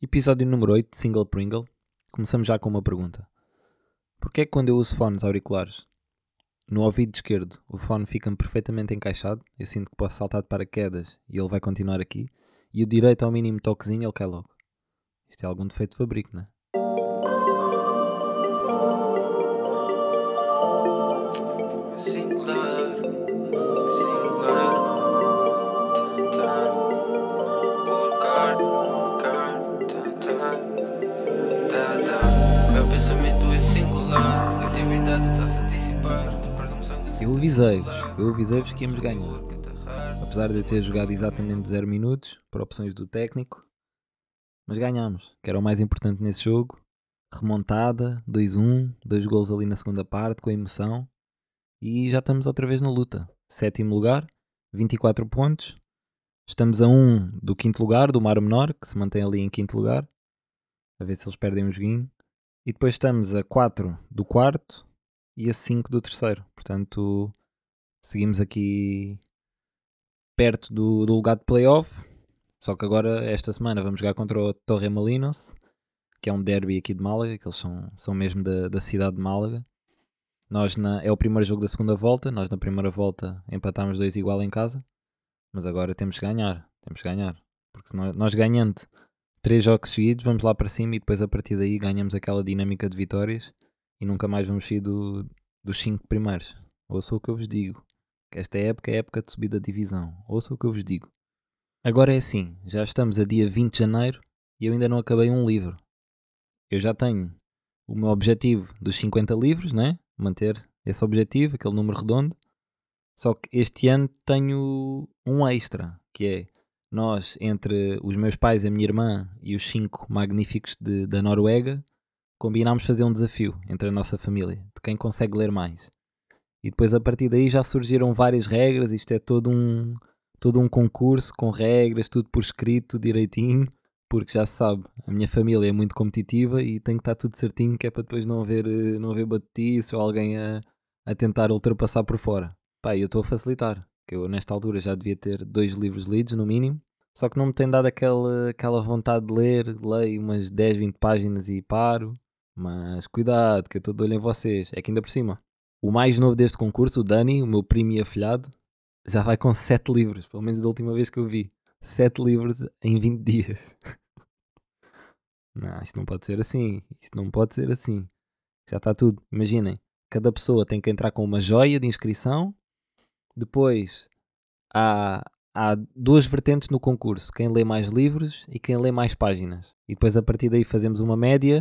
Episódio número 8 de Single Pringle. Começamos já com uma pergunta. Porquê é que quando eu uso fones auriculares, no ouvido esquerdo o fone fica-me perfeitamente encaixado, eu sinto que posso saltar de paraquedas e ele vai continuar aqui, e o direito ao mínimo toquezinho ele cai logo? Isto é algum defeito de fabrico, não é? Singular, meu pensamento é singular, a atividade está-se a dissipar. Eu avisei-vos que íamos ganhar. Apesar de eu ter jogado exatamente 0 minutos, por opções do técnico, mas ganhámos, que era o mais importante nesse jogo. Remontada, 2-1, 2 golos ali na segunda parte, com emoção. E já estamos outra vez na luta. 7º lugar, 24 pontos. Estamos a 1 do 5º lugar, do Mar Menor, que se mantém ali em 5º lugar. A ver se eles perdem um joguinho. E depois estamos a 4 do 4º e a 5 do 3º. Portanto, seguimos aqui perto do lugar de playoff. Só que agora, esta semana, vamos jogar contra o Torremolinos, que é um derby aqui de Málaga, que eles são mesmo da cidade de Málaga. É o primeiro jogo da segunda volta. Nós na primeira volta empatámos 2 igual em casa. Mas agora temos que ganhar. Porque se nós ganhando 3 jogos seguidos, vamos lá para cima e depois a partir daí ganhamos aquela dinâmica de vitórias e nunca mais vamos sair dos 5 primeiros. Ouça o que eu vos digo. Que esta época é época de subida de divisão. Ouça o que eu vos digo. Agora é assim, já estamos a dia 20 de janeiro e eu ainda não acabei um livro. Eu já tenho o meu objetivo dos 50 livros, né? Manter esse objetivo, aquele número redondo. Só que este ano tenho um extra, que é nós, entre os meus pais, a minha irmã e os 5 magníficos da Noruega, combinámos fazer um desafio entre a nossa família, de quem consegue ler mais. E depois a partir daí já surgiram várias regras, isto é todo um concurso com regras, tudo por escrito, direitinho, porque já se sabe, a minha família é muito competitiva e tem que estar tudo certinho, que é para depois não haver batutice ou alguém a tentar ultrapassar por fora. Pá, eu estou a facilitar, que eu nesta altura já devia ter 2 livros lidos no mínimo, só que não me tem dado aquela vontade de ler, leio umas 10, 20 páginas e paro, mas cuidado, que eu estou de olho em vocês, é que ainda por cima. O mais novo deste concurso, o Dani, o meu primo e afilhado, já vai com 7 livros, pelo menos da última vez que eu vi. 7 livros em 20 dias. Não, isto não pode ser assim. Já está tudo. Imaginem, cada pessoa tem que entrar com uma joia de inscrição. Depois há 2 vertentes no concurso. Quem lê mais livros e quem lê mais páginas. E depois a partir daí fazemos uma média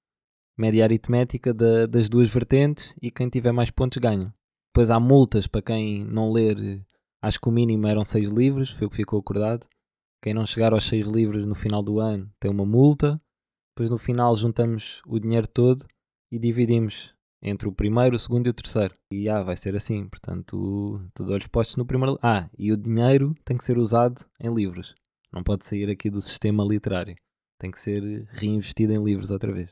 aritmética das 2 vertentes e quem tiver mais pontos ganha. Depois há multas para quem não ler, acho que o mínimo eram 6 livros, foi o que ficou acordado. Quem não chegar aos 6 livros no final do ano tem uma multa. Depois no final juntamos o dinheiro todo e dividimos entre o primeiro, o segundo e o terceiro. E vai ser assim, portanto, tudo olhos postos no primeiro. E o dinheiro tem que ser usado em livros. Não pode sair aqui do sistema literário. Tem que ser reinvestido em livros outra vez.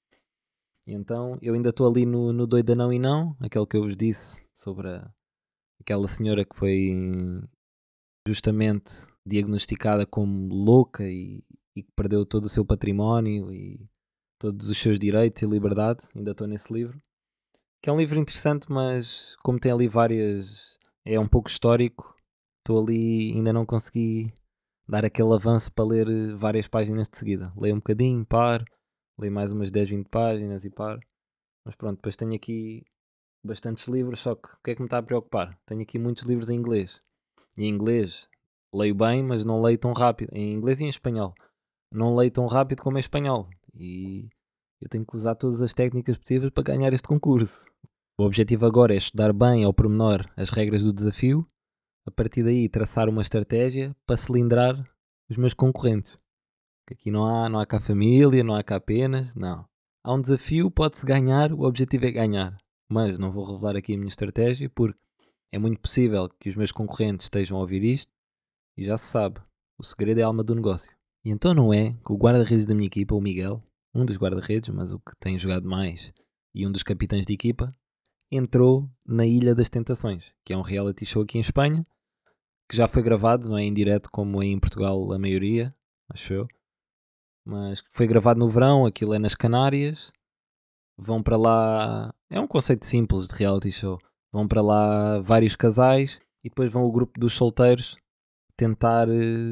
E então eu ainda estou ali no doida não e não, aquele que eu vos disse sobre aquela senhora que foi justamente diagnosticada como louca e que perdeu todo o seu património e todos os seus direitos e liberdade. Ainda estou nesse livro, que é um livro interessante, mas como tem ali várias, é um pouco histórico, estou ali, ainda não consegui dar aquele avanço para ler várias páginas de seguida. Leio um bocadinho, paro, leio mais umas 10, 20 páginas e paro. Mas pronto, depois tenho aqui bastantes livros, só que o que é que me está a preocupar? Tenho aqui muitos livros em inglês. E em inglês leio bem, mas não leio tão rápido. Em inglês e em espanhol. Não leio tão rápido como em espanhol. E eu tenho que usar todas as técnicas possíveis para ganhar este concurso. O objetivo agora é estudar bem ao pormenor as regras do desafio. A partir daí traçar uma estratégia para cilindrar os meus concorrentes. Aqui não há cá família, não há cá apenas, não. Há um desafio, pode-se ganhar, o objetivo é ganhar. Mas não vou revelar aqui a minha estratégia porque é muito possível que os meus concorrentes estejam a ouvir isto e já se sabe, o segredo é a alma do negócio. E então não é que o guarda-redes da minha equipa, o Miguel, um dos guarda-redes, mas o que tem jogado mais e um dos capitães de equipa, entrou na Ilha das Tentações, que é um reality show aqui em Espanha, que já foi gravado, não é em direto como é em Portugal a maioria, acho eu. mas foi gravado no verão, aquilo é nas Canárias. Vão para lá, é um conceito simples de reality show. Vão para lá vários casais e depois vão o grupo dos solteiros tentar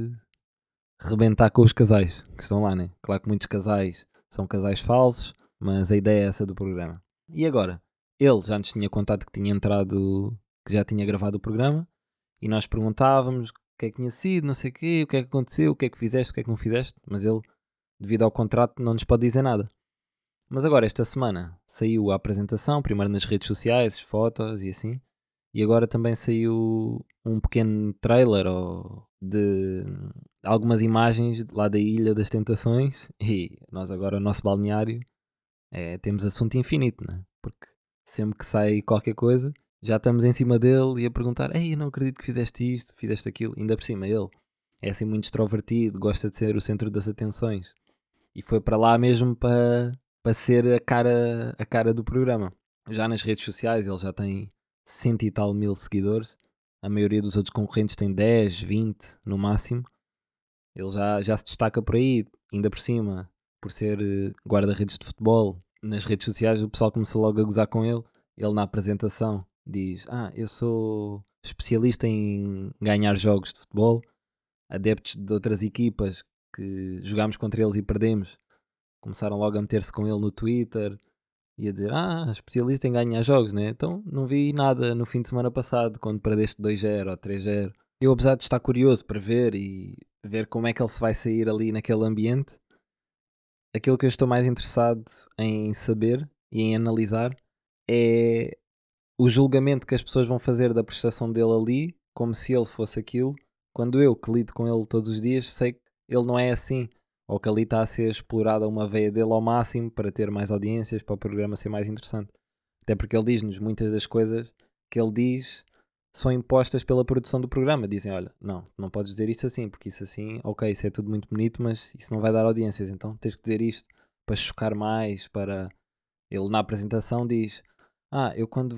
rebentar com os casais que estão lá, né? Claro que muitos casais são casais falsos, mas a ideia é essa do programa. E agora? Ele já nos tinha contado que tinha entrado, que já tinha gravado o programa, e nós perguntávamos o que é que tinha sido, não sei o quê, o que é que aconteceu, o que é que fizeste, o que é que não fizeste, mas ele, devido ao contrato, não nos pode dizer nada. Mas agora, esta semana, saiu a apresentação, primeiro nas redes sociais, fotos e assim, e agora também saiu um pequeno trailer de algumas imagens lá da Ilha das Tentações, e nós agora, o nosso balneário, temos assunto infinito, né? Porque sempre que sai qualquer coisa, já estamos em cima dele e a perguntar: ei, eu não acredito que fizeste isto, fizeste aquilo. Ainda por cima, ele é assim muito extrovertido, gosta de ser o centro das atenções e foi para lá mesmo para ser a cara do programa. Já nas redes sociais ele já tem 100 e tal mil seguidores. A maioria dos outros concorrentes tem 10, 20 no máximo. Ele já se destaca por aí, ainda por cima, por ser guarda-redes de futebol. Nas redes sociais o pessoal começou logo a gozar com ele. Ele na apresentação diz: eu sou especialista em ganhar jogos de futebol. Adeptos de outras equipas que jogámos contra eles e perdemos começaram logo a meter-se com ele no Twitter e a dizer: especialista em ganhar jogos, né? Então não vi nada no fim de semana passado quando perdeste 2-0 ou 3-0. Eu, apesar de estar curioso para ver e ver como é que ele se vai sair ali naquele ambiente, aquilo que eu estou mais interessado em saber e em analisar é o julgamento que as pessoas vão fazer da prestação dele ali, como se ele fosse aquilo, quando eu, que lido com ele todos os dias, sei que ele não é assim, ou que ali está a ser explorada uma veia dele ao máximo para ter mais audiências, para o programa ser mais interessante. Até porque ele diz-nos muitas das coisas que ele diz são impostas pela produção do programa. Dizem: olha, não podes dizer isso assim, porque isso assim, ok, isso é tudo muito bonito, mas isso não vai dar audiências, então tens que dizer isto para chocar mais, para... Ele na apresentação diz: eu quando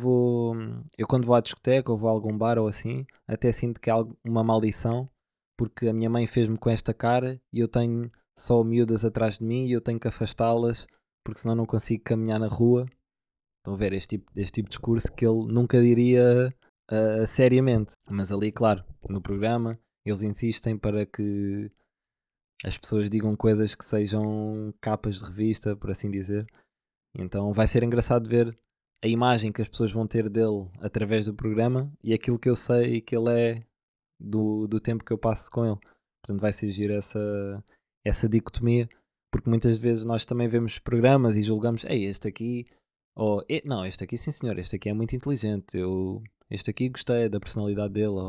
vou à discoteca ou vou a algum bar ou assim, até sinto que há uma maldição, porque a minha mãe fez-me com esta cara e eu tenho só miúdas atrás de mim e eu tenho que afastá-las, porque senão não consigo caminhar na rua. Estão a ver este tipo de discurso que ele nunca diria seriamente. Mas ali, claro, no programa, eles insistem para que as pessoas digam coisas que sejam capas de revista, por assim dizer. Então vai ser engraçado ver a imagem que as pessoas vão ter dele através do programa e aquilo que eu sei que ele é do tempo que eu passo com ele. Portanto vai surgir essa dicotomia, porque muitas vezes nós também vemos programas e julgamos: ei, este aqui, ou não, este aqui sim senhor, este aqui é muito inteligente, este aqui gostei da personalidade dele, ou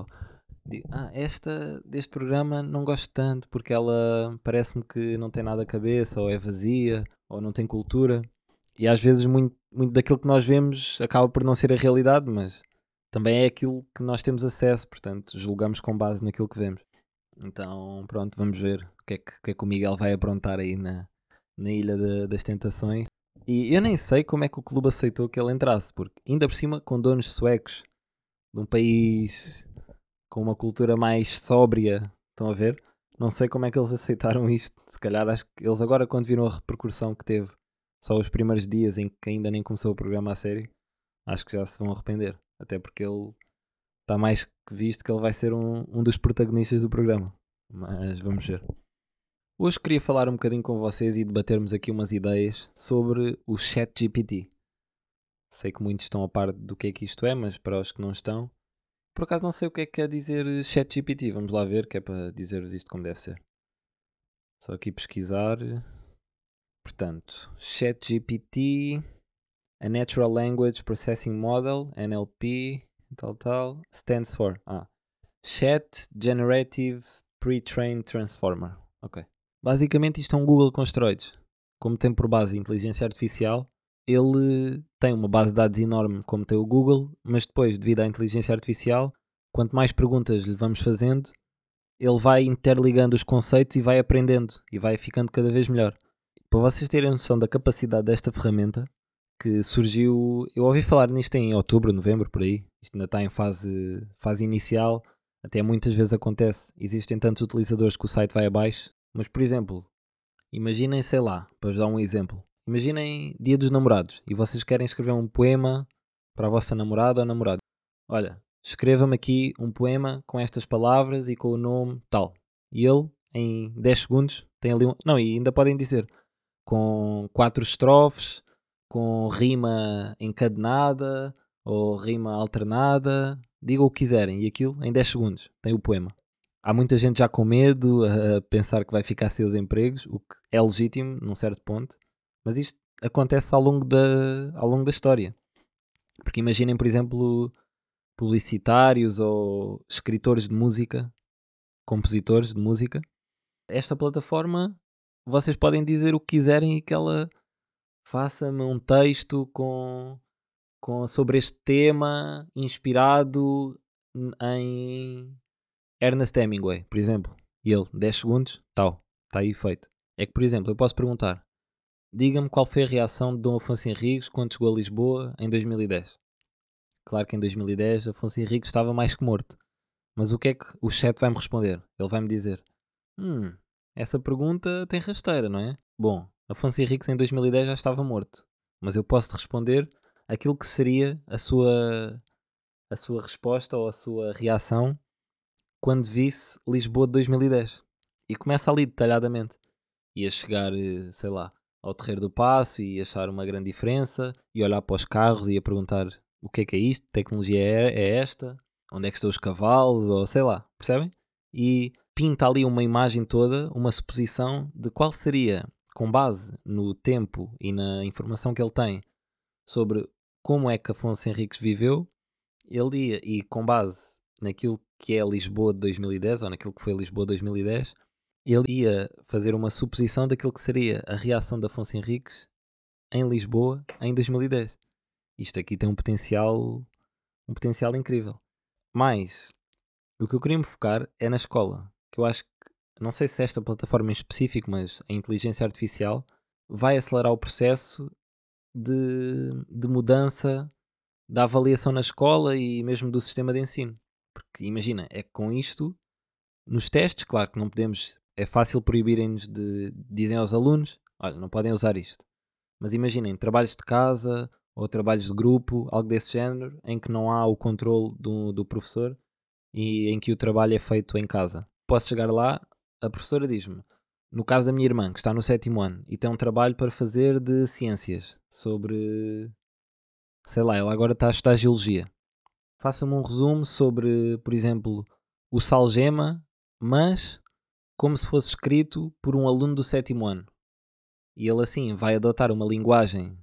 esta deste programa não gosto tanto porque ela parece-me que não tem nada a cabeça, ou é vazia, ou não tem cultura. E às vezes muito daquilo que nós vemos acaba por não ser a realidade, mas também é aquilo que nós temos acesso, portanto julgamos com base naquilo que vemos. Então pronto, vamos ver o que é que o Miguel vai aprontar aí na Ilha das Tentações. E eu nem sei como é que o clube aceitou que ele entrasse, porque ainda por cima com donos suecos, de um país com uma cultura mais sóbria, estão a ver? Não sei como é que eles aceitaram isto. Se calhar acho que eles agora, quando viram a repercussão que teve só os primeiros dias em que ainda nem começou o programa a série, acho que já se vão arrepender. Até porque ele está mais que visto que ele vai ser um dos protagonistas do programa. Mas vamos ver. Hoje queria falar um bocadinho com vocês e debatermos aqui umas ideias sobre o ChatGPT. Sei que muitos estão a par do que é que isto é, mas para os que não estão, por acaso não sei o que é que quer dizer ChatGPT. Vamos lá ver, que é para dizer-vos isto como deve ser. Só aqui pesquisar. Portanto, ChatGPT, a Natural Language Processing Model, NLP, tal, stands for Chat Generative Pre-trained Transformer. Ok. Basicamente isto é um Google com esteroides. Como tem por base a inteligência artificial, ele tem uma base de dados enorme como tem o Google, mas depois, devido à inteligência artificial, quanto mais perguntas lhe vamos fazendo, ele vai interligando os conceitos e vai aprendendo e vai ficando cada vez melhor. Para vocês terem noção da capacidade desta ferramenta, que surgiu, eu ouvi falar nisto em outubro, novembro, por aí, isto ainda está em fase inicial, até muitas vezes acontece, existem tantos utilizadores que o site vai abaixo, mas por exemplo, Imaginem, sei lá, para vos dar um exemplo. Imaginem Dia dos Namorados e vocês querem escrever um poema para a vossa namorada ou namorado. Olha, escreva-me aqui um poema com estas palavras e com o nome tal. E ele, em 10 segundos, tem ali um. Não, e ainda podem dizer com 4 estrofes, com rima encadenada ou rima alternada. Digam o que quiserem e aquilo, em 10 segundos, tem o poema. Há muita gente já com medo a pensar que vai ficar sem os empregos, o que é legítimo num certo ponto, mas isto acontece ao longo da história. Porque imaginem, por exemplo, publicitários ou escritores de música, compositores de música. Esta plataforma, vocês podem dizer o que quiserem e que ela faça-me um texto sobre este tema inspirado em Ernest Hemingway, por exemplo. E ele, 10 segundos, tal, está aí feito. É que, por exemplo, eu posso perguntar: diga-me qual foi a reação de Dom Afonso Henriques quando chegou a Lisboa em 2010. Claro que em 2010 Afonso Henriques estava mais que morto. Mas o que é que o chat vai-me responder? Ele vai-me dizer: essa pergunta tem rasteira, não é? Bom, Afonso Henriques em 2010 já estava morto. Mas eu posso-te responder aquilo que seria a sua resposta ou a sua reação quando visse Lisboa de 2010. E começa ali detalhadamente. Ia chegar, sei lá, ao Terreiro do Paço e achar uma grande diferença, e olhar para os carros e ia perguntar o que é isto, que tecnologia é esta, onde é que estão os cavalos, ou sei lá, percebem? E pinta ali uma imagem toda, uma suposição de qual seria, com base no tempo e na informação que ele tem sobre como é que Afonso Henriques viveu, ele ia, e com base naquilo que é Lisboa de 2010, ou naquilo que foi Lisboa de 2010, ele ia fazer uma suposição daquilo que seria a reação de Afonso Henriques em Lisboa em 2010. Isto aqui tem um potencial incrível. Mas o que eu queria me focar é na escola, que eu acho que, não sei se esta plataforma em específico, mas a inteligência artificial vai acelerar o processo de mudança da avaliação na escola e mesmo do sistema de ensino. Porque imagina, é que com isto, nos testes, claro que não podemos, é fácil proibirem-nos dizem aos alunos, olha, não podem usar isto. Mas imaginem, trabalhos de casa ou trabalhos de grupo, algo desse género, em que não há o controle do professor e em que o trabalho é feito em casa. Posso chegar lá, a professora diz-me, no caso da minha irmã, que está no 7º ano, e tem um trabalho para fazer de ciências, sobre, sei lá, ela agora está a estudar geologia. Faça-me um resumo sobre, por exemplo, o Salgema, mas como se fosse escrito por um aluno do 7º ano. E ele assim vai adotar uma linguagem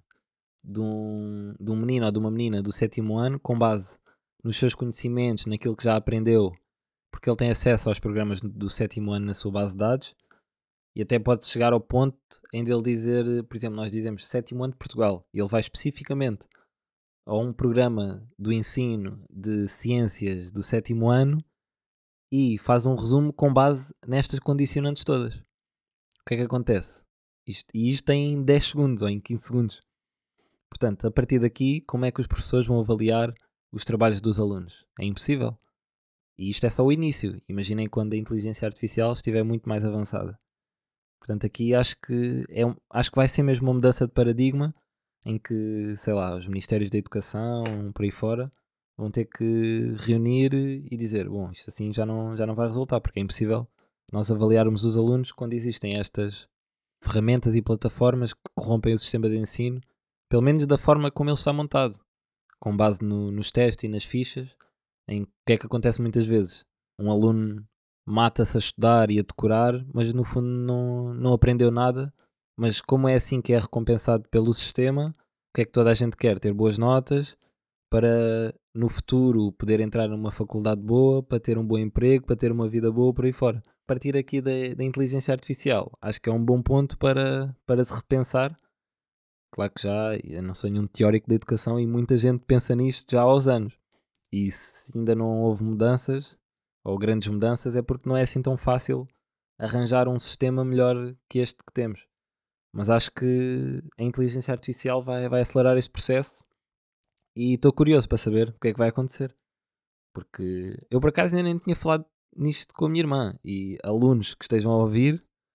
de um menino ou de uma menina do 7º ano com base nos seus conhecimentos, naquilo que já aprendeu, porque ele tem acesso aos programas do 7º ano na sua base de dados, e até pode chegar ao ponto em ele dizer, por exemplo, nós dizemos 7º ano de Portugal, e ele vai especificamente a um programa do ensino de ciências do 7º ano e faz um resumo com base nestas condicionantes todas. O que é que acontece? Isto em 10 segundos ou em 15 segundos. Portanto, a partir daqui, como é que os professores vão avaliar os trabalhos dos alunos? É impossível. E isto é só o início. Imaginem quando a inteligência artificial estiver muito mais avançada. Portanto, aqui acho que vai ser mesmo uma mudança de paradigma em que, sei lá, os ministérios da educação, por aí fora, vão ter que reunir e dizer, bom, isto assim já não vai resultar, porque é impossível nós avaliarmos os alunos quando existem estas ferramentas e plataformas que corrompem o sistema de ensino, pelo menos da forma como ele está montado, com base nos testes e nas fichas, em o que é que acontece muitas vezes. Um aluno mata-se a estudar e a decorar, mas no fundo não aprendeu nada. Mas como é assim que é recompensado pelo sistema, o que é que toda a gente quer? Ter boas notas para no futuro poder entrar numa faculdade boa, para ter um bom emprego, para ter uma vida boa por aí fora. A partir aqui da inteligência artificial, acho que é um bom ponto para se repensar. Claro que já, eu não sou nenhum teórico da educação e muita gente pensa nisto já há aos anos. E se ainda não houve mudanças, ou grandes mudanças, é porque não é assim tão fácil arranjar um sistema melhor que este que temos. Mas acho que a inteligência artificial vai acelerar este processo e estou curioso para saber o que é que vai acontecer. Porque eu por acaso ainda nem tinha falado nisto com a minha irmã, e alunos que estejam a ouvir,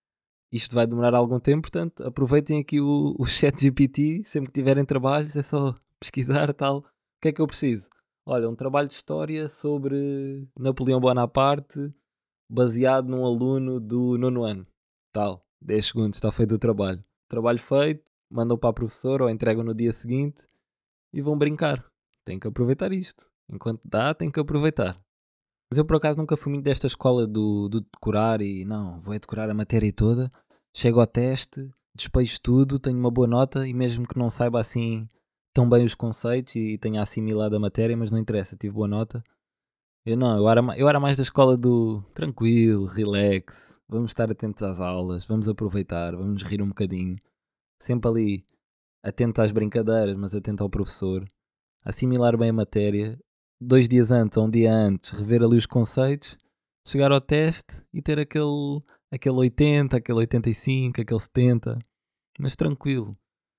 isto vai demorar algum tempo, portanto, aproveitem aqui o ChatGPT, sempre que tiverem trabalhos, é só pesquisar tal. O que é que eu preciso? Olha, um trabalho de história sobre Napoleão Bonaparte, baseado num aluno do nono ano. Tal, 10 segundos, está feito o trabalho. Trabalho feito, mandam para a professora ou entregam no dia seguinte e vão brincar. Tem que aproveitar isto. Enquanto dá, tem que aproveitar. Mas eu por acaso nunca fui muito desta escola do decorar e não, vou decorar a matéria toda, chego ao teste, despejo tudo, tenho uma boa nota e mesmo que não saiba assim tão bem os conceitos e tenha assimilado a matéria, mas não interessa, tive boa nota. Eu não, eu era mais da escola do tranquilo, relax, vamos estar atentos às aulas, vamos aproveitar, vamos rir um bocadinho. Sempre ali atento às brincadeiras, mas atento ao professor. Assimilar bem a matéria, 2 dias antes ou um dia antes, rever ali os conceitos, chegar ao teste e ter aquele 80, aquele 85, aquele 70, mas tranquilo,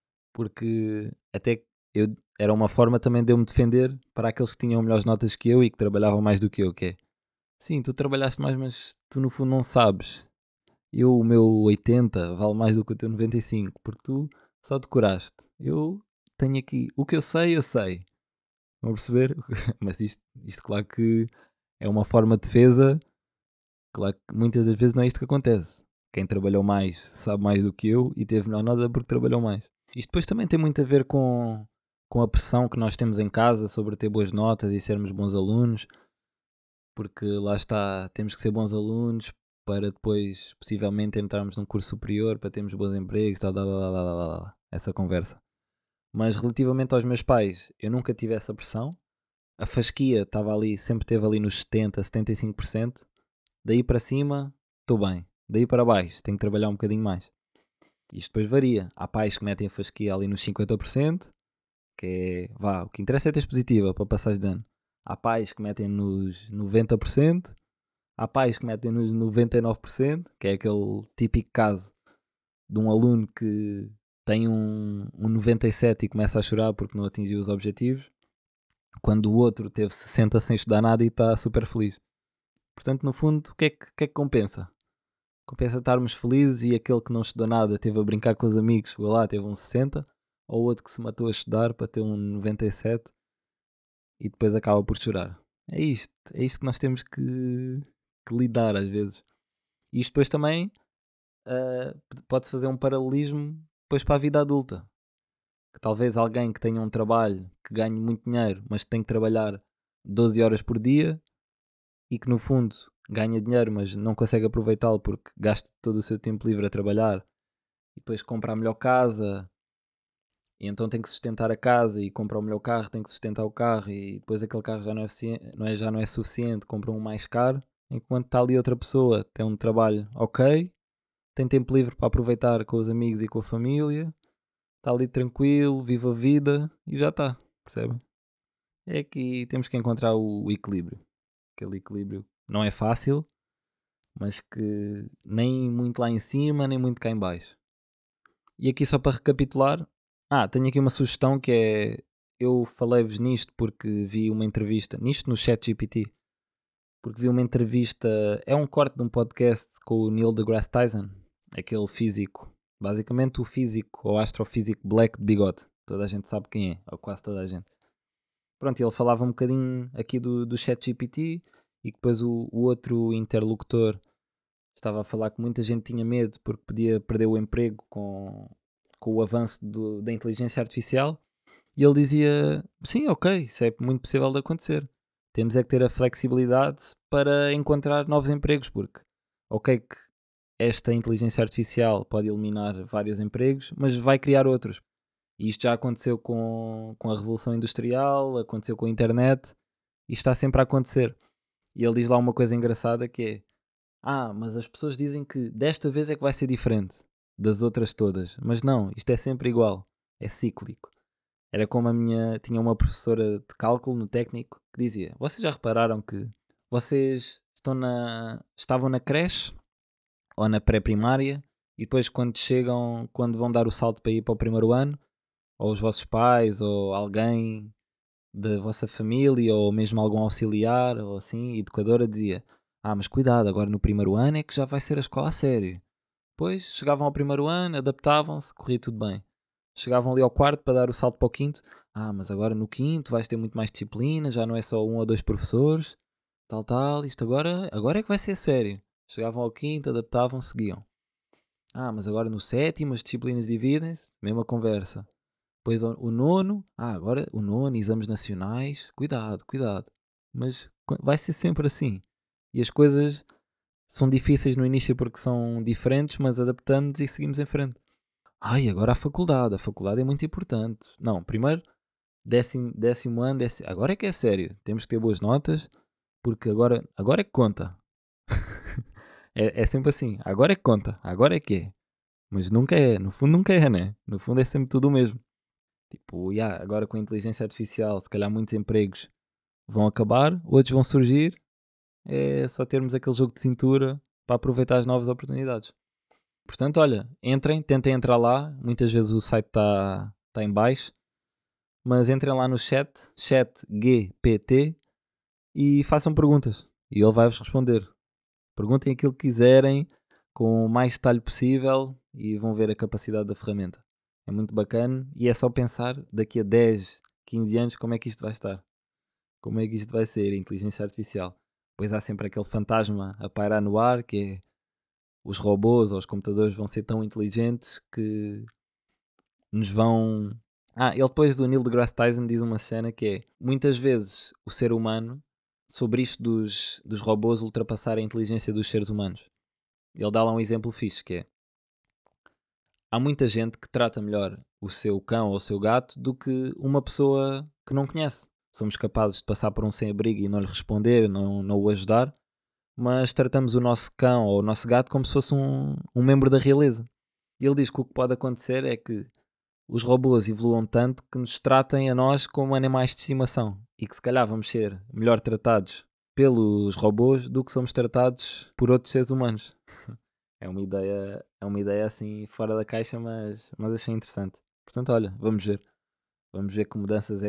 porque até eu, era uma forma também de eu me defender para aqueles que tinham melhores notas que eu e que trabalhavam mais do que eu, que é, sim, tu trabalhaste mais, mas tu no fundo não sabes. O meu 80 vale mais do que o teu 95, porque tu só decoraste. Eu tenho aqui, o que eu sei. Vão perceber? Mas isto claro que é uma forma de defesa. Claro que muitas das vezes não é isto que acontece. Quem trabalhou mais sabe mais do que eu e teve melhor nota porque trabalhou mais. Isto depois também tem muito a ver com a pressão que nós temos em casa sobre ter boas notas e sermos bons alunos, porque lá está, temos que ser bons alunos para depois possivelmente entrarmos num curso superior, para termos bons empregos, tal, tal, tal, tal, tal, tal, essa conversa. Mas relativamente aos meus pais, eu nunca tive essa pressão. A fasquia estava ali, sempre esteve ali nos 70, 75%. Daí para cima, estou bem. Daí para baixo, tenho que trabalhar um bocadinho mais. Isto depois varia. Há pais que metem a fasquia ali nos 50%, que é, vá, o que interessa é ter positiva para passares de ano. Há pais que metem nos 90%, há pais que metem nos 99%, que é aquele típico caso de um aluno que tem um 97 e começa a chorar porque não atingiu os objetivos, quando o outro teve 60 sem estudar nada e está super feliz. Portanto, no fundo, o que é que compensa? Compensa estarmos felizes e aquele que não estudou nada teve a brincar com os amigos, chegou lá, teve um 60, ou o outro que se matou a estudar para ter um 97 e depois acaba por chorar. É isto que nós temos que lidar às vezes. E isto depois também pode-se fazer um paralelismo depois para a vida adulta. Que talvez alguém que tenha um trabalho que ganhe muito dinheiro, mas que tem que trabalhar 12 horas por dia e que no fundo ganha dinheiro, mas não consegue aproveitá-lo porque gasta todo o seu tempo livre a trabalhar e depois compra a melhor casa e então tem que sustentar a casa e compra o melhor carro, tem que sustentar o carro e depois aquele carro já já não é suficiente, compra um mais caro, enquanto está ali outra pessoa, tem um trabalho ok, tem tempo livre para aproveitar com os amigos e com a família, está ali tranquilo, vive a vida e já está, percebem? É que temos que encontrar o equilíbrio. Aquele equilíbrio não é fácil, mas que nem muito lá em cima, nem muito cá em baixo. E aqui só para recapitular, tenho aqui uma sugestão que é, eu falei-vos nisto porque vi uma entrevista, nisto no ChatGPT, porque vi uma entrevista, é um corte de um podcast com o Neil deGrasse Tyson, aquele físico, basicamente o físico ou astrofísico black de bigode, toda a gente sabe quem é, ou quase toda a gente. Pronto, ele falava um bocadinho aqui do ChatGPT e depois o outro interlocutor estava a falar que muita gente tinha medo porque podia perder o emprego com o avanço da inteligência artificial. E ele dizia: sim, ok, isso é muito possível de acontecer. Temos é que ter a flexibilidade para encontrar novos empregos, porque, ok, que esta inteligência artificial pode eliminar vários empregos, mas vai criar outros. E isto já aconteceu com a Revolução Industrial, aconteceu com a internet, e está sempre a acontecer. E ele diz lá uma coisa engraçada que é: mas as pessoas dizem que desta vez é que vai ser diferente das outras todas. Mas não, isto é sempre igual. É cíclico. Era como tinha uma professora de cálculo no técnico que dizia: vocês já repararam que vocês estavam na creche ou na pré-primária e depois quando vão dar o salto para ir para o primeiro ano, ou os vossos pais ou alguém da vossa família ou mesmo algum auxiliar ou assim, educadora dizia: mas cuidado, agora no primeiro ano é que já vai ser a escola a sério, Depois chegavam ao primeiro ano, adaptavam-se, corria tudo bem. Chegavam ali ao quarto para dar o salto para o quinto. Mas agora no quinto vais ter muito mais disciplina, já não é só um ou dois professores, tal, isto agora é que vai ser sério. Chegavam ao quinto, adaptavam, seguiam. Mas agora no sétimo as disciplinas dividem-se, mesma conversa. Depois o nono, agora o nono, exames nacionais, cuidado. Mas vai ser sempre assim. E as coisas são difíceis no início porque são diferentes, mas adaptamos e seguimos em frente. Agora a faculdade é muito importante. Não, primeiro, décimo ano, agora é que é sério. Temos que ter boas notas, porque agora é que conta. é sempre assim, agora é que conta, agora é que é. Mas nunca é, no fundo nunca é, né? No fundo é sempre tudo o mesmo. Tipo, agora com a inteligência artificial, se calhar muitos empregos vão acabar, outros vão surgir. É só termos aquele jogo de cintura para aproveitar as novas oportunidades. Portanto, olha, tentem entrar lá. Muitas vezes o site está em baixo. Mas entrem lá no chat GPT, e façam perguntas. E ele vai-vos responder. Perguntem aquilo que quiserem, com o mais detalhe possível, e vão ver a capacidade da ferramenta. É muito bacana e é só pensar daqui a 10, 15 anos como é que isto vai estar. Como é que isto vai ser, a inteligência artificial. Pois há sempre aquele fantasma a pairar no ar, que é os robôs ou os computadores vão ser tão inteligentes que nos vão... ele depois do Neil deGrasse Tyson diz uma cena que é, muitas vezes o ser humano, sobre isto dos robôs ultrapassarem a inteligência dos seres humanos. Ele dá lá um exemplo fixe, que é, há muita gente que trata melhor o seu cão ou o seu gato do que uma pessoa que não conhece. Somos capazes de passar por um sem-abrigo e não lhe responder, não o ajudar, mas tratamos o nosso cão ou o nosso gato como se fosse um membro da realeza. E ele diz que o que pode acontecer é que os robôs evoluam tanto que nos tratem a nós como animais de estimação e que se calhar vamos ser melhor tratados pelos robôs do que somos tratados por outros seres humanos. É uma ideia assim fora da caixa, mas achei interessante. Portanto, olha, vamos ver. Vamos ver que mudanças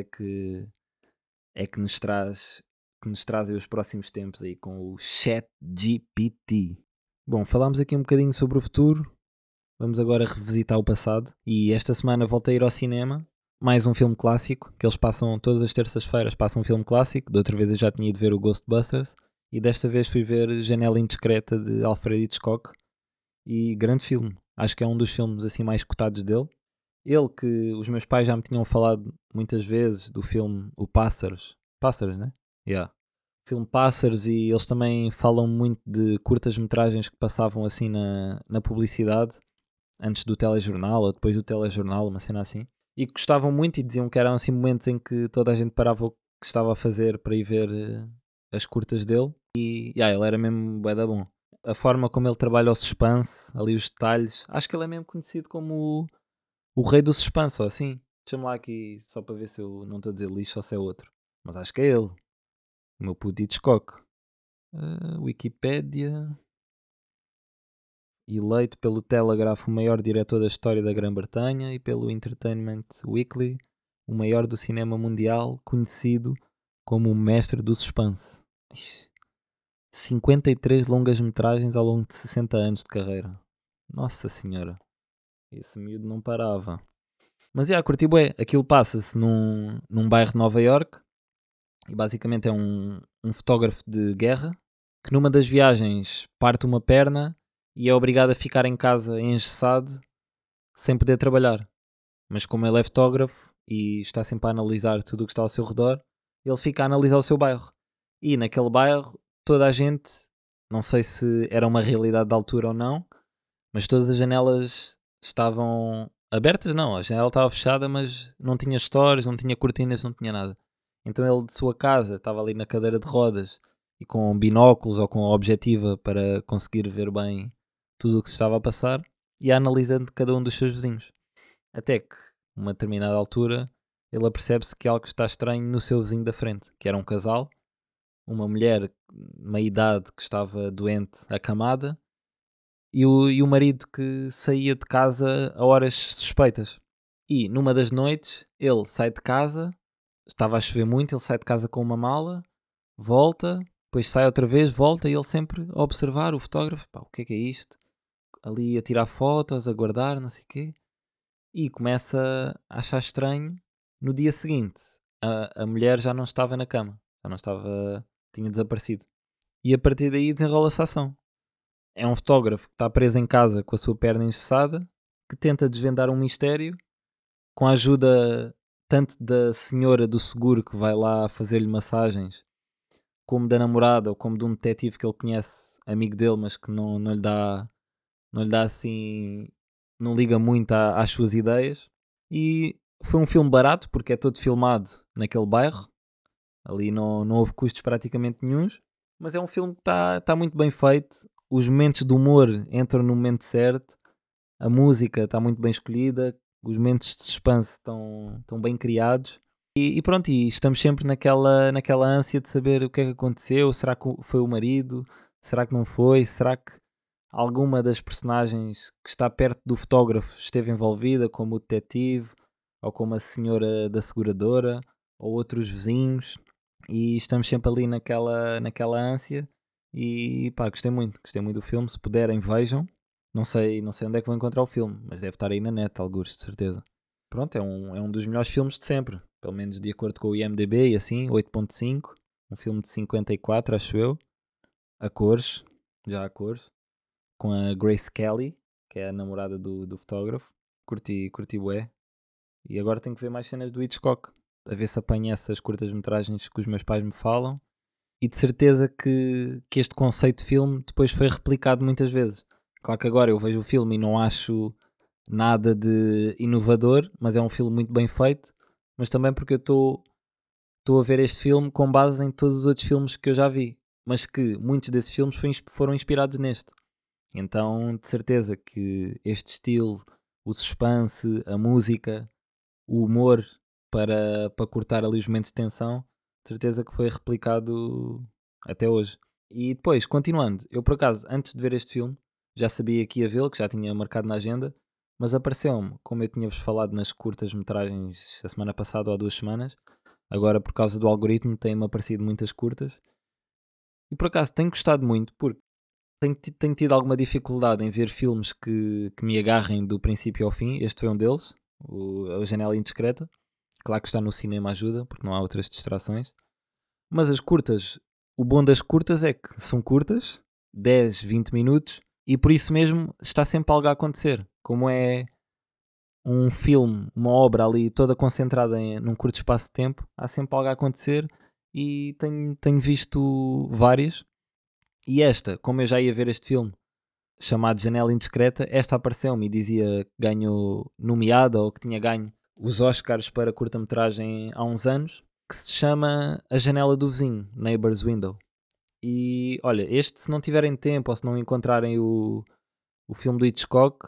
é que nos trazem os próximos tempos aí com o ChatGPT. Bom, falámos aqui um bocadinho sobre o futuro. Vamos agora revisitar o passado. E esta semana voltei a ir ao cinema. Mais um filme clássico, que eles passam todas as terças-feiras, passam um filme clássico. Da outra vez eu já tinha ido ver o Ghostbusters. E desta vez fui ver Janela Indiscreta de Alfred Hitchcock. E grande filme. Acho que é um dos filmes assim mais cotados dele. Ele que os meus pais já me tinham falado muitas vezes do filme O Pássaros. Pássaros, né? Yeah. Filme Pássaros, e eles também falam muito de curtas-metragens que passavam assim na publicidade, antes do telejornal ou depois do telejornal, uma cena assim. E que gostavam muito e diziam que eram assim momentos em que toda a gente parava o que estava a fazer para ir ver as curtas dele. E ele era mesmo bué da bom. A forma como ele trabalha o suspense, ali os detalhes. Acho que ele é mesmo conhecido como o rei do suspense, ou assim. Deixa-me lá aqui só para ver se eu não estou a dizer lixo ou se é outro. Mas acho que é ele. O meu puto Hitchcock. Wikipédia. Eleito pelo Telegraph o maior diretor da história da Grã-Bretanha e pelo Entertainment Weekly o maior do cinema mundial, conhecido como o mestre do suspense. 53 longas-metragens ao longo de 60 anos de carreira. Nossa senhora. Esse miúdo não parava. Mas curti bué. Aquilo passa-se num bairro de Nova York e basicamente é um fotógrafo de guerra que numa das viagens parte uma perna e é obrigado a ficar em casa engessado sem poder trabalhar. Mas como ele é fotógrafo e está sempre a analisar tudo o que está ao seu redor, ele fica a analisar o seu bairro. E naquele bairro toda a gente, não sei se era uma realidade da altura ou não, mas todas as janelas estavam abertas, não, a janela estava fechada, mas não tinha stores, não tinha cortinas, não tinha nada. Então ele de sua casa estava ali na cadeira de rodas e com binóculos ou com a objetiva para conseguir ver bem tudo o que se estava a passar e analisando cada um dos seus vizinhos. Até que, uma determinada altura, ele apercebe-se que algo está estranho no seu vizinho da frente, que era um casal, uma mulher meia idade que estava doente, acamada, e o marido que saía de casa a horas suspeitas. E numa das noites ele sai de casa, estava a chover muito, ele sai de casa com uma mala, volta, depois sai outra vez, volta, e ele sempre a observar o fotógrafo. O que é isto? ali a tirar fotos, a guardar, não sei o quê, e começa a achar estranho. No dia seguinte, a mulher já não estava na cama, já não estava, tinha desaparecido. E a partir daí desenrola-se a ação. É um fotógrafo que está preso em casa com a sua perna engessada, que tenta desvendar um mistério com a ajuda tanto da senhora do seguro que vai lá fazer-lhe massagens, como da namorada ou como de um detetive que ele conhece, amigo dele, mas que não lhe dá assim, não liga muito às suas ideias. E foi um filme barato porque é todo filmado naquele bairro, ali não houve custos praticamente nenhuns, mas é um filme que está muito bem feito, os momentos de humor entram no momento certo, a música está muito bem escolhida, os momentos de suspense estão bem criados. E pronto, e estamos sempre naquela ânsia de saber o que é que aconteceu. Será que foi o marido? Será que não foi? Será que alguma das personagens que está perto do fotógrafo esteve envolvida, como o detetive, ou como a senhora da seguradora, ou outros vizinhos? E estamos sempre ali naquela ânsia. E pá, gostei muito do filme. Se puderem, vejam. Não sei onde é que vou encontrar o filme, mas deve estar aí na net, algures, de certeza. Pronto, é um dos melhores filmes de sempre. Pelo menos de acordo com o IMDB e assim, 8.5. Um filme de 54, acho eu. A cores, já a cores. Com a Grace Kelly, que é a namorada do fotógrafo. Curti bué. E agora tenho que ver mais cenas do Hitchcock. A ver se apanho essas curtas-metragens que os meus pais me falam. E de certeza que este conceito de filme depois foi replicado muitas vezes. Claro que agora eu vejo o filme e não acho nada de inovador, mas é um filme muito bem feito. Mas também porque eu estou a ver este filme com base em todos os outros filmes que eu já vi, mas que muitos desses filmes foram inspirados neste. Então, de certeza que este estilo, o suspense, a música, o humor para cortar ali os momentos de tensão, de certeza que foi replicado até hoje. E depois, continuando, eu por acaso, antes de ver este filme, já sabia que ia vê-lo, que já tinha marcado na agenda, mas apareceu-me, como eu tinha-vos falado nas curtas-metragens a semana passada ou há 2 semanas, agora por causa do algoritmo têm-me aparecido muitas curtas, e por acaso tenho gostado muito, porque tenho tido alguma dificuldade em ver filmes que me agarrem do princípio ao fim. Este foi um deles, A Janela Indiscreta. Claro que está no cinema ajuda, porque não há outras distrações. Mas as curtas, o bom das curtas é que são curtas, 10, 20 minutos, e por isso mesmo está sempre algo a acontecer. Como é um filme, uma obra ali toda concentrada num curto espaço de tempo, há sempre algo a acontecer e tenho visto várias. E esta, como eu já ia ver este filme chamado Janela Indiscreta, esta apareceu-me e dizia que ganhou nomeada ou que tinha ganho os Oscars para curta-metragem há uns anos, que se chama A Janela do Vizinho, Neighbor's Window. E olha, este, se não tiverem tempo ou se não encontrarem o filme do Hitchcock,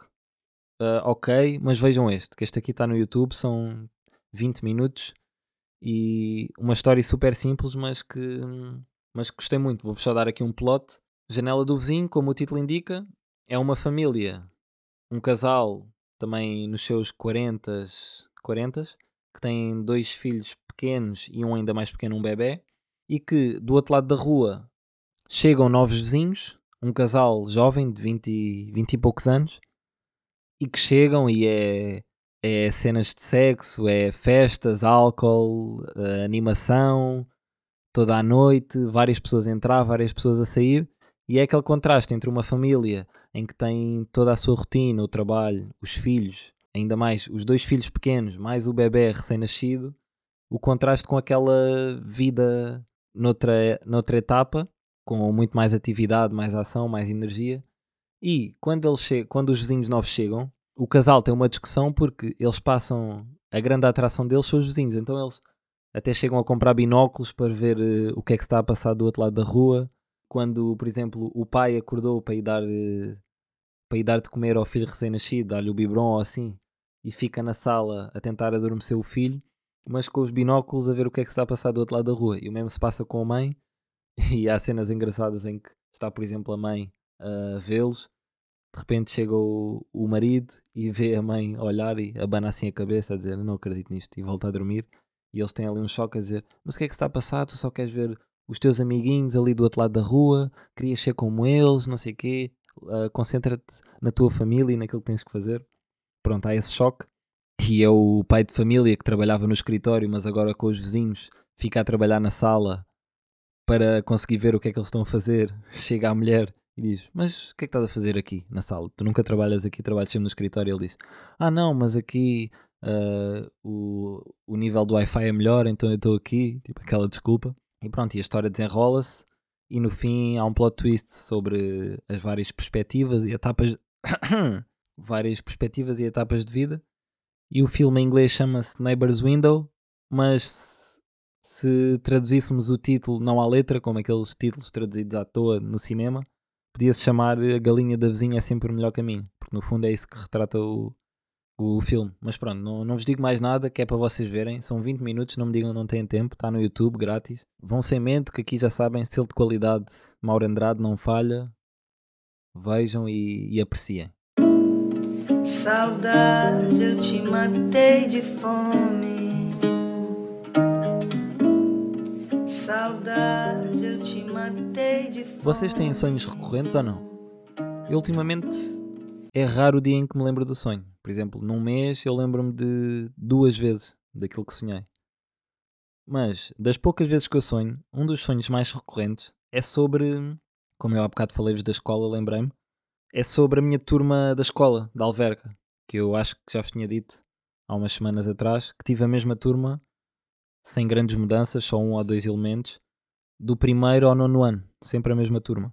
ok, mas vejam este, que este aqui está no YouTube, são 20 minutos e uma história super simples, mas que gostei muito. Vou-vos só dar aqui um plot. Janela do Vizinho, como o título indica, é uma família, um casal também nos seus 40, que tem 2 filhos pequenos e um ainda mais pequeno, um bebê, e que do outro lado da rua chegam novos vizinhos, um casal jovem de 20 e poucos anos, e que chegam e é cenas de sexo, é festas, álcool, animação, toda a noite, várias pessoas a entrar, várias pessoas a sair, e é aquele contraste entre uma família em que tem toda a sua rotina, o trabalho, os filhos, ainda mais os 2 filhos pequenos, mais o bebê recém-nascido, o contraste com aquela vida noutra etapa, com muito mais atividade, mais ação, mais energia. E quando os vizinhos novos chegam, o casal tem uma discussão porque eles passam, a grande atração deles são os vizinhos, então eles até chegam a comprar binóculos para ver o que é que se está a passar do outro lado da rua. Quando, por exemplo, o pai acordou para ir dar de comer ao filho recém-nascido, dar-lhe o biberon ou assim, e fica na sala a tentar adormecer o filho, mas com os binóculos a ver o que é que se está a passar do outro lado da rua. E o mesmo se passa com a mãe, e há cenas engraçadas em que está, por exemplo, a mãe a vê-los, de repente chega o marido e vê a mãe olhar e abana assim a cabeça a dizer não acredito nisto e volta a dormir. E eles têm ali um choque a dizer mas o que é que se está a passar? Tu só queres ver os teus amiguinhos ali do outro lado da rua? Querias ser como eles? Não sei o quê. concentra-te na tua família e naquilo que tens que fazer. Pronto, há esse choque. E é o pai de família que trabalhava no escritório, mas agora com os vizinhos, fica a trabalhar na sala para conseguir ver o que é que eles estão a fazer. Chega a mulher e diz: Mas o que é que estás a fazer aqui na sala? Tu nunca trabalhas aqui, trabalhas sempre no escritório. Ele diz: Ah, não, mas aqui o nível do Wi-Fi é melhor, então eu estou aqui. Tipo aquela desculpa. E pronto, e a história desenrola-se. E no fim há um plot twist sobre as várias perspectivas e etapas. várias perspectivas e etapas de vida. E o filme em inglês chama-se Neighbor's Window, mas se traduzíssemos o título não à letra, como aqueles títulos traduzidos à toa no cinema, podia-se chamar A Galinha da Vizinha é Sempre o Melhor Caminho, porque no fundo é isso que retrata o filme. Mas pronto, não vos digo mais nada, que é para vocês verem. São 20 minutos, não me digam que não têm tempo, está no YouTube, grátis. Vão sem medo, que aqui já sabem, selo de qualidade, Mauro Andrade não falha. Vejam e apreciem. Saudade, eu te matei de fome. Saudade, eu te matei de fome. Vocês têm sonhos recorrentes ou não? Eu ultimamente é raro o dia em que me lembro do sonho. Por exemplo, num mês eu lembro-me de 2 vezes daquilo que sonhei. Mas das poucas vezes que eu sonho, um dos sonhos mais recorrentes é sobre, como eu há bocado falei-vos da escola, lembrei-me, é sobre a minha turma da escola, da Alverca, que eu acho que já vos tinha dito há umas semanas atrás, que tive a mesma turma, sem grandes mudanças, só 1 ou 2 elementos, do primeiro ao 9º ano, sempre a mesma turma.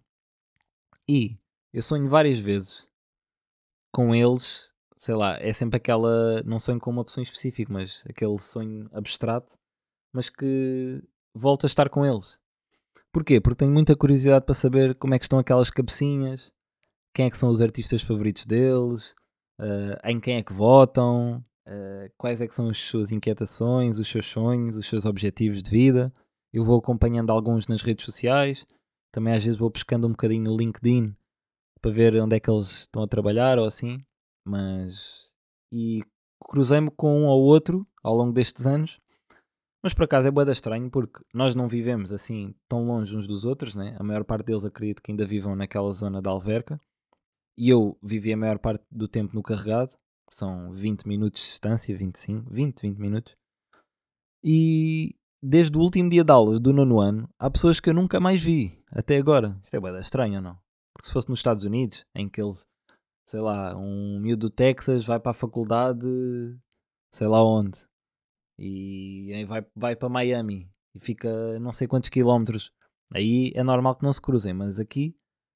E eu sonho várias vezes com eles, sei lá, é sempre aquela, não sonho com uma pessoa em específico, mas aquele sonho abstrato, mas que volto a estar com eles. Porquê? Porque tenho muita curiosidade para saber como é que estão aquelas cabecinhas, quem é que são os artistas favoritos deles, em quem é que votam, quais é que são as suas inquietações, os seus sonhos, os seus objetivos de vida. Eu vou acompanhando alguns nas redes sociais, também às vezes vou pescando um bocadinho no LinkedIn para ver onde é que eles estão a trabalhar ou assim, mas... E cruzei-me com um ou outro ao longo destes anos, mas por acaso é bué da estranho porque nós não vivemos assim tão longe uns dos outros, né? A maior parte deles acredito que ainda vivam naquela zona da Alverca, e eu vivi a maior parte do tempo no Carregado, são 20 minutos de distância, 25, 20 minutos, e desde o último dia de aulas do 9º ano, há pessoas que eu nunca mais vi, até agora. Isto é bué da estranho ou não? Porque se fosse nos Estados Unidos, em que eles, sei lá, um miúdo do Texas vai para a faculdade, sei lá onde, e aí vai para Miami, e fica não sei quantos quilómetros, aí é normal que não se cruzem, mas aqui,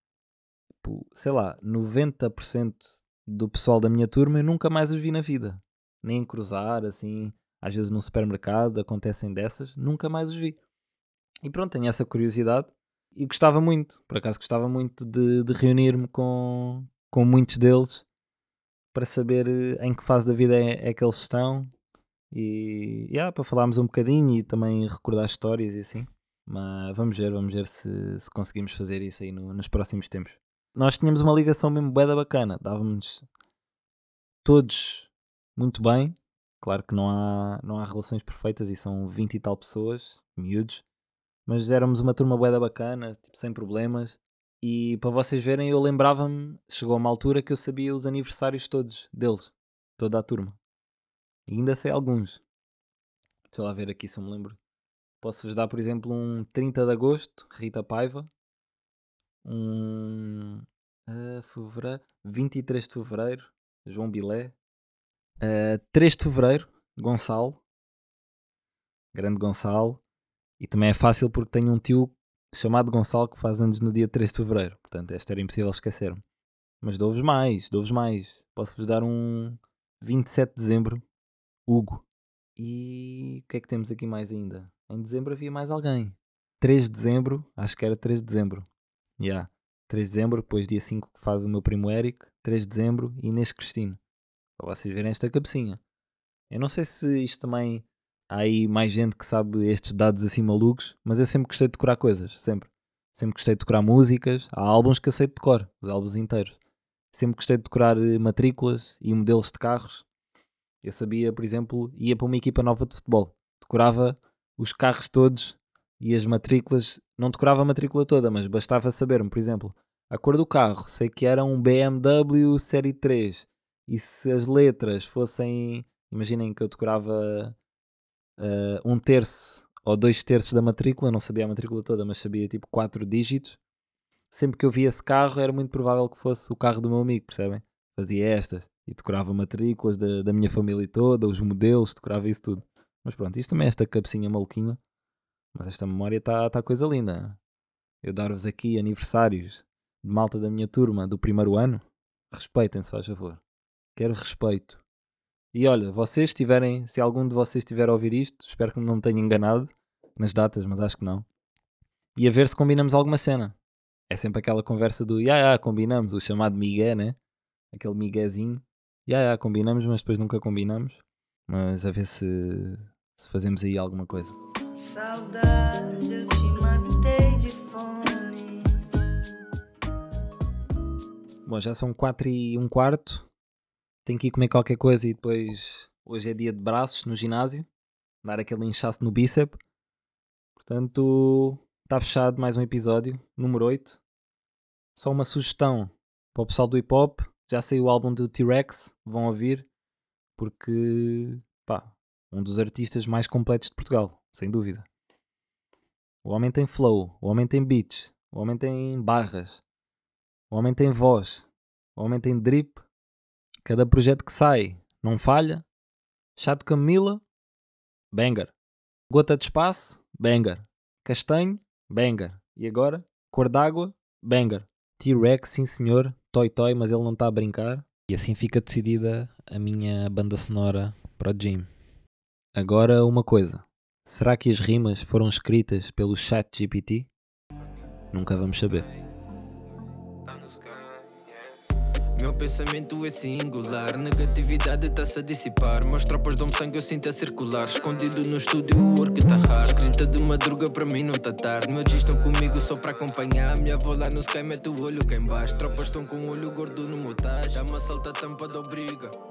sei lá, 90% do pessoal da minha turma eu nunca mais os vi na vida. Nem cruzar, assim, às vezes num supermercado, acontecem dessas, nunca mais os vi. E pronto, tenho essa curiosidade e gostava muito, por acaso gostava muito de reunir-me com muitos deles para saber em que fase da vida é que eles estão e para falarmos um bocadinho e também recordar histórias e assim. Mas vamos ver se conseguimos fazer isso aí nos próximos tempos. Nós tínhamos uma ligação mesmo bué da bacana, dávamos todos muito bem. Claro que não há relações perfeitas e são 20 e tal pessoas, miúdos, mas éramos uma turma bué da bacana, tipo, sem problemas. E para vocês verem, eu lembrava-me, chegou a uma altura que eu sabia os aniversários todos deles, toda a turma. E ainda sei alguns. Deixa lá ver aqui se eu me lembro. Posso-vos dar, por exemplo, um 30 de agosto, Rita Paiva. Um fevereiro, 23 de fevereiro, João Bilé. 3 de fevereiro, Gonçalo. Grande Gonçalo. E também é fácil porque tenho um tio chamado Gonçalo que faz anos no dia 3 de fevereiro. Portanto, esta era impossível esquecer-me. Mas dou-vos mais. Posso-vos dar um 27 de dezembro, Hugo. E o que é que temos aqui mais ainda? Em dezembro havia mais alguém. 3 de dezembro, acho que era 3 de dezembro. 3 de dezembro, depois dia 5 que faz o meu primo Eric. 3 de dezembro, Inês Cristino. Para vocês verem esta cabecinha. Eu não sei se isto também... Há aí mais gente que sabe estes dados assim malucos, mas eu sempre gostei de decorar coisas, sempre. Sempre gostei de decorar músicas. Há álbuns que eu sei de decor, os álbuns inteiros. Sempre gostei de decorar matrículas e modelos de carros. Eu sabia, por exemplo, ia para uma equipa nova de futebol. Decorava os carros todos e as matrículas. Não decorava a matrícula toda, mas bastava saber-me, por exemplo, A cor do carro, sei que era um BMW Série 3. E se as letras fossem... Imaginem que eu decorava 1/3 ou 2/3 da matrícula, não sabia a matrícula toda, mas sabia tipo 4 dígitos. Sempre que eu via esse carro era muito provável que fosse o carro do meu amigo, percebem? Fazia estas e decorava matrículas da minha família toda, os modelos, decorava isso tudo. Mas pronto, isto também é esta cabecinha maluquinha. Mas esta memória está coisa linda. Eu dar-vos aqui aniversários de malta da minha turma do primeiro ano. Respeitem-se, faz favor. Quero respeito. E olha, vocês tiverem, se algum de vocês estiver a ouvir isto, espero que não me tenha enganado nas datas, mas acho que não. E a ver se combinamos alguma cena. É sempre aquela conversa do combinamos, o chamado migué, né? Aquele miguezinho. Combinamos, mas depois nunca combinamos. Mas a ver se fazemos aí alguma coisa. Saudade, eu te matei de fome. Bom, já são 4:15. Tenho que ir comer qualquer coisa e depois... Hoje é dia de braços no ginásio. Dar aquele inchaço no bíceps. Portanto, está fechado mais um episódio. Número 8. Só uma sugestão para o pessoal do hip hop. Já saiu o álbum do T-Rex. Vão ouvir. Porque, um dos artistas mais completos de Portugal. Sem dúvida. O homem tem flow. O homem tem beats. O homem tem barras. O homem tem voz. O homem tem drip. Cada projeto que sai não falha. Chá de Camila, banger. Gota de espaço, banger. Castanho, banger. E agora, cor d'água, banger. T-Rex, sim senhor, toy, mas ele não está a brincar. E assim fica decidida a minha banda sonora para o gym. Agora uma coisa. Será que as rimas foram escritas pelo ChatGPT? Nunca vamos saber. Meu pensamento é singular, negatividade está-se a dissipar. Meus tropas dão-me sangue, eu sinto a circular. Escondido no estúdio, o work está hard. Escrita de madruga, para mim não está tarde. Meus dias estão comigo só para acompanhar. Minha avó lá no sky mete o olho cá em baixo. Tropas estão com o olho gordo no meu tacho. Dá-me a salta a tampa da obriga.